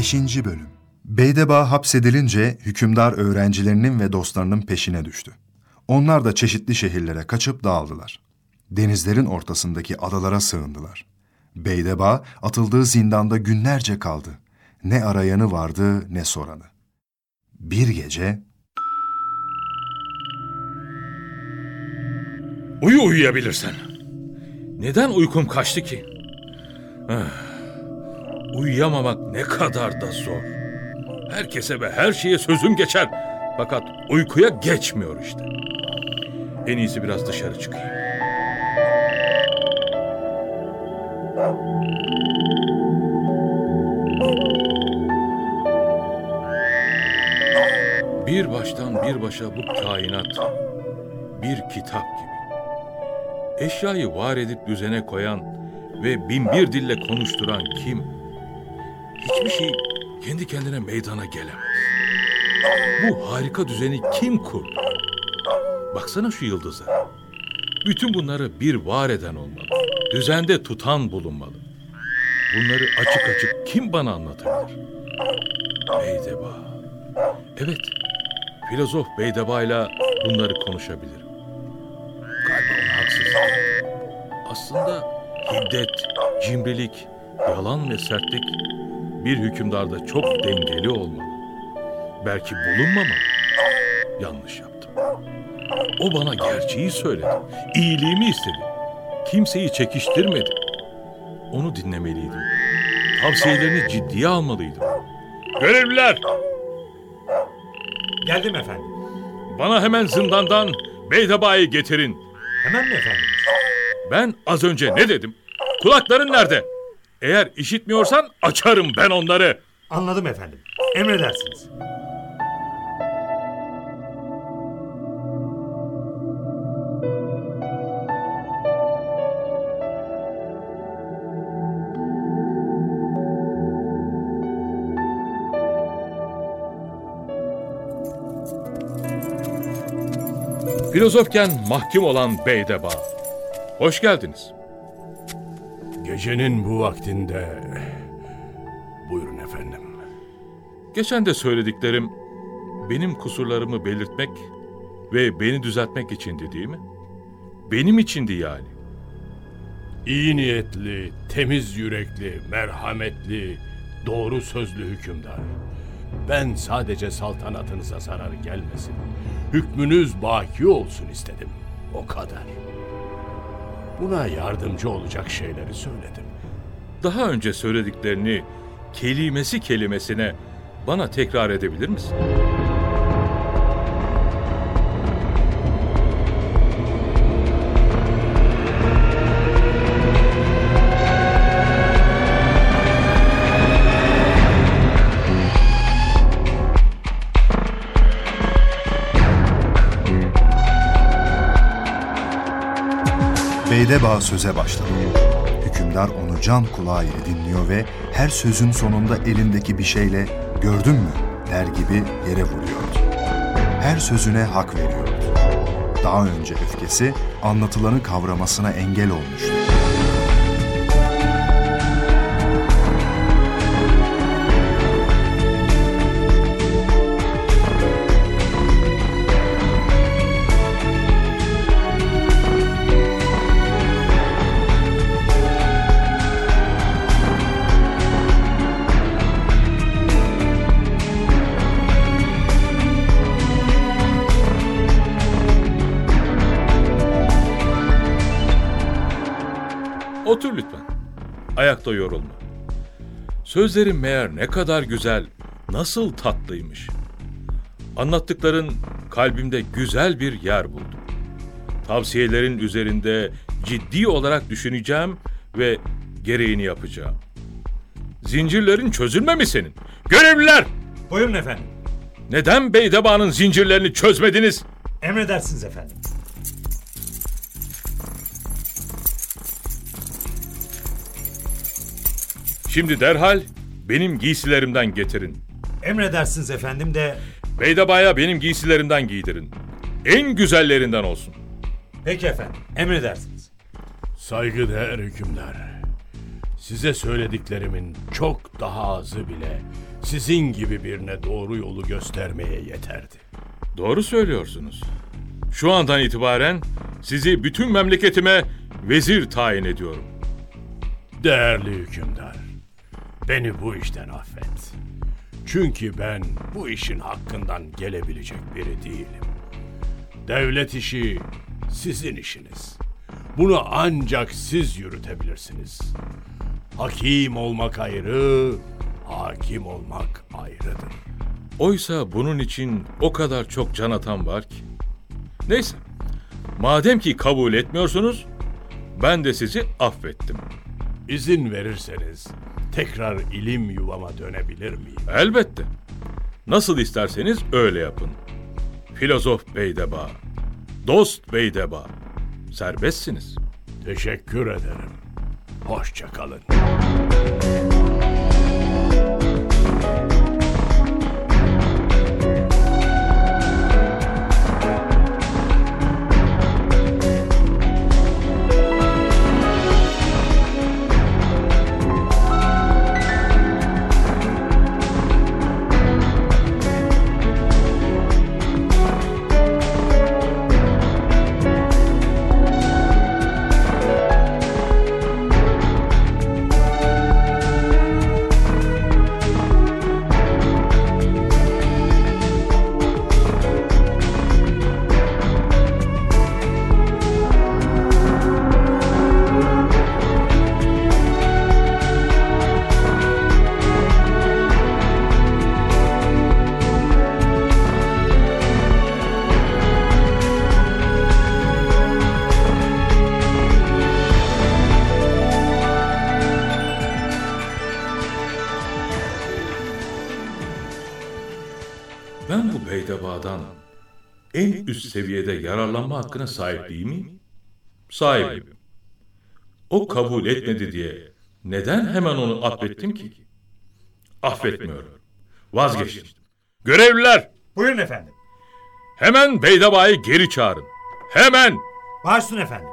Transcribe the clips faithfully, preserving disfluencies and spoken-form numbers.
beşinci. Bölüm. Beydeba hapsedilince hükümdar öğrencilerinin ve dostlarının peşine düştü. Onlar da çeşitli şehirlere kaçıp dağıldılar. Denizlerin ortasındaki adalara sığındılar. Beydeba atıldığı zindanda günlerce kaldı. Ne arayanı vardı ne soranı. Bir gece... Uyu uyuyabilirsen. Neden uykum kaçtı ki? Uyuyamamak ne kadar da zor. Herkese ve her şeye sözüm geçer. Fakat uykuya geçmiyor işte. En iyisi biraz dışarı çıkayım. Bir baştan bir başa bu kainat bir kitap gibi. Eşyayı var edip düzene koyan ve bin bir dille konuşturan kim? Hiçbir şey kendi kendine meydana gelemez. Bu harika düzeni kim kurdu? Baksana şu yıldızlara. Bütün bunları bir var eden olmalı. Düzende tutan bulunmalı. Bunları açık açık kim bana anlatabilir? Beydeba. Evet, filozof Beydeba'yla bunları konuşabilirim. Galiba ona haksızlık. Aslında hiddet, cimrilik, yalan ve sertlik bir hükümdarda çok dengeli olmalı. Belki bulunmamalı. Yanlış yaptım. O bana gerçeği söyledi. İyiliğimi istedi. Kimseyi çekiştirmedi. Onu dinlemeliydim. Tavsiyelerini ciddiye almalıydım. Görevliler! Geldim efendim. Bana hemen zindandan Beydeba'yı getirin. Hemen mi efendim? Ben az önce ne dedim? Kulakların nerede? Eğer işitmiyorsan açarım ben onları. Anladım efendim. Emredersiniz. Filozofken mahkum olan Beydeba. Hoş geldiniz. Gecenin bu vaktinde... Buyurun efendim. Geçen de söylediklerim benim kusurlarımı belirtmek ve beni düzeltmek içindi değil mi? Benim içindi yani. İyi niyetli, temiz yürekli, merhametli, doğru sözlü hükümdar. Ben sadece saltanatınıza zarar gelmesin, hükmünüz baki olsun istedim. O kadar. Buna yardımcı olacak şeyleri söyledim. Daha önce söylediklerini kelimesi kelimesine bana tekrar edebilir misin? Beydeba söze başladı. Hükümdar onu can kulağıyla dinliyor ve her sözün sonunda elindeki bir şeyle "gördün mü?" der gibi yere vuruyordu. Her sözüne hak veriyordu. Daha önce öfkesi anlatılanı kavramasına engel olmuştu. Otur lütfen. Ayakta yorulma. Sözlerin meğer ne kadar güzel, nasıl tatlıymış. Anlattıkların kalbimde güzel bir yer buldu. Tavsiyelerin üzerinde ciddi olarak düşüneceğim ve gereğini yapacağım. Zincirlerin çözülme mi senin? Görevliler! Buyurun efendim. Neden Beydeba'nın zincirlerini çözmediniz? Emredersiniz efendim. Şimdi derhal benim giysilerimden getirin. Emredersiniz efendim de... Beydeba'ya benim giysilerimden giydirin. En güzellerinden olsun. Peki efendim, emredersiniz. Saygıdeğer hükümdar. Size söylediklerimin çok daha azı bile sizin gibi birine doğru yolu göstermeye yeterdi. Doğru söylüyorsunuz. Şu andan itibaren sizi bütün memleketime vezir tayin ediyorum. Değerli hükümdar, beni bu işten affet. Çünkü ben bu işin hakkından gelebilecek biri değilim. Devlet işi sizin işiniz. Bunu ancak siz yürütebilirsiniz. Hakim olmak ayrı, hakim olmak ayrıdır. Oysa bunun için o kadar çok can atan var ki. Neyse, madem ki kabul etmiyorsunuz, ben de sizi affettim. İzin verirseniz tekrar ilim yuvama dönebilir miyim? Elbette. Nasıl isterseniz öyle yapın. Filozof Beydeba, dost Beydeba, serbestsiniz. Teşekkür ederim. Hoşça kalın. Ben bu Beydeba'dan en üst seviyede yararlanma hakkına sahip değil miyim? Sahibim. O kabul etmedi diye neden hemen onu affettim ki? Affetmiyorum. Vazgeçtim. Görevliler, Buyurun efendim. hemen Beydeba'yı geri çağırın. Hemen! Başüstüne efendim.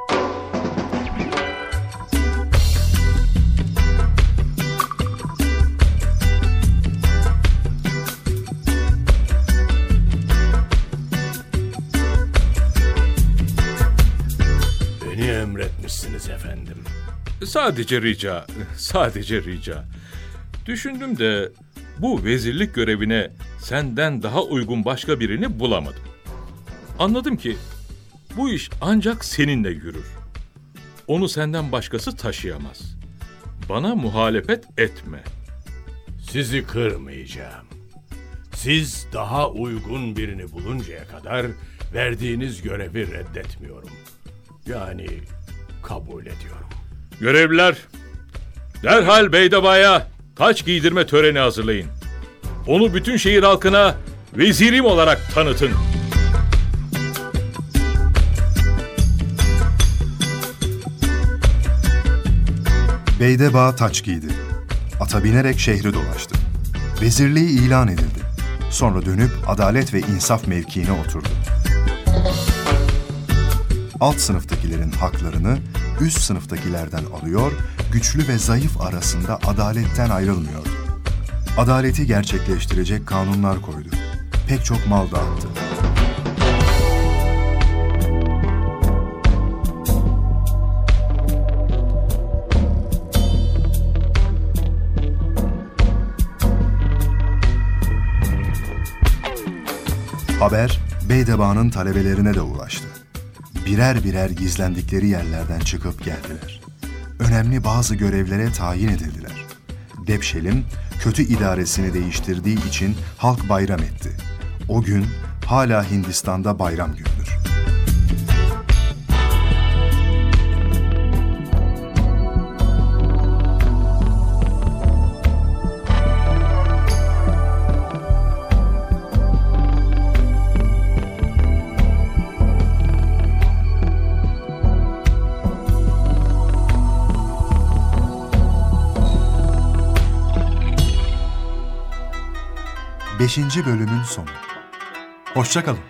Beni emretmişsiniz efendim. Sadece rica, sadece rica. Düşündüm de bu vezirlik görevine senden daha uygun başka birini bulamadım. Anladım ki bu iş ancak seninle yürür. Onu senden başkası taşıyamaz. Bana muhalefet etme. Sizi kırmayacağım. Siz daha uygun birini buluncaya kadar verdiğiniz görevi reddetmiyorum. Yani kabul ediyorum. Görevliler, derhal Beydeba'ya taç giydirme töreni hazırlayın. Onu bütün şehir halkına vezirim olarak tanıtın. Beydeba taç giydi. Ata binerek şehri dolaştı. Vezirliği ilan edildi. Sonra dönüp adalet ve insaf mevkiine oturdu. Alt sınıftakilerin haklarını üst sınıftakilerden alıyor, güçlü ve zayıf arasında adaletten ayrılmıyordu. Adaleti gerçekleştirecek kanunlar koydu. Pek çok mal dağıttı. Haber Beydeba'nın talebelerine de ulaştı. Birer birer gizlendikleri yerlerden çıkıp geldiler. Önemli bazı görevlere tayin edildiler. Depşelim kötü idaresini değiştirdiği için halk bayram etti. O gün hala Hindistan'da bayram günüdür. Beşinci bölümün sonu. Hoşça kalın.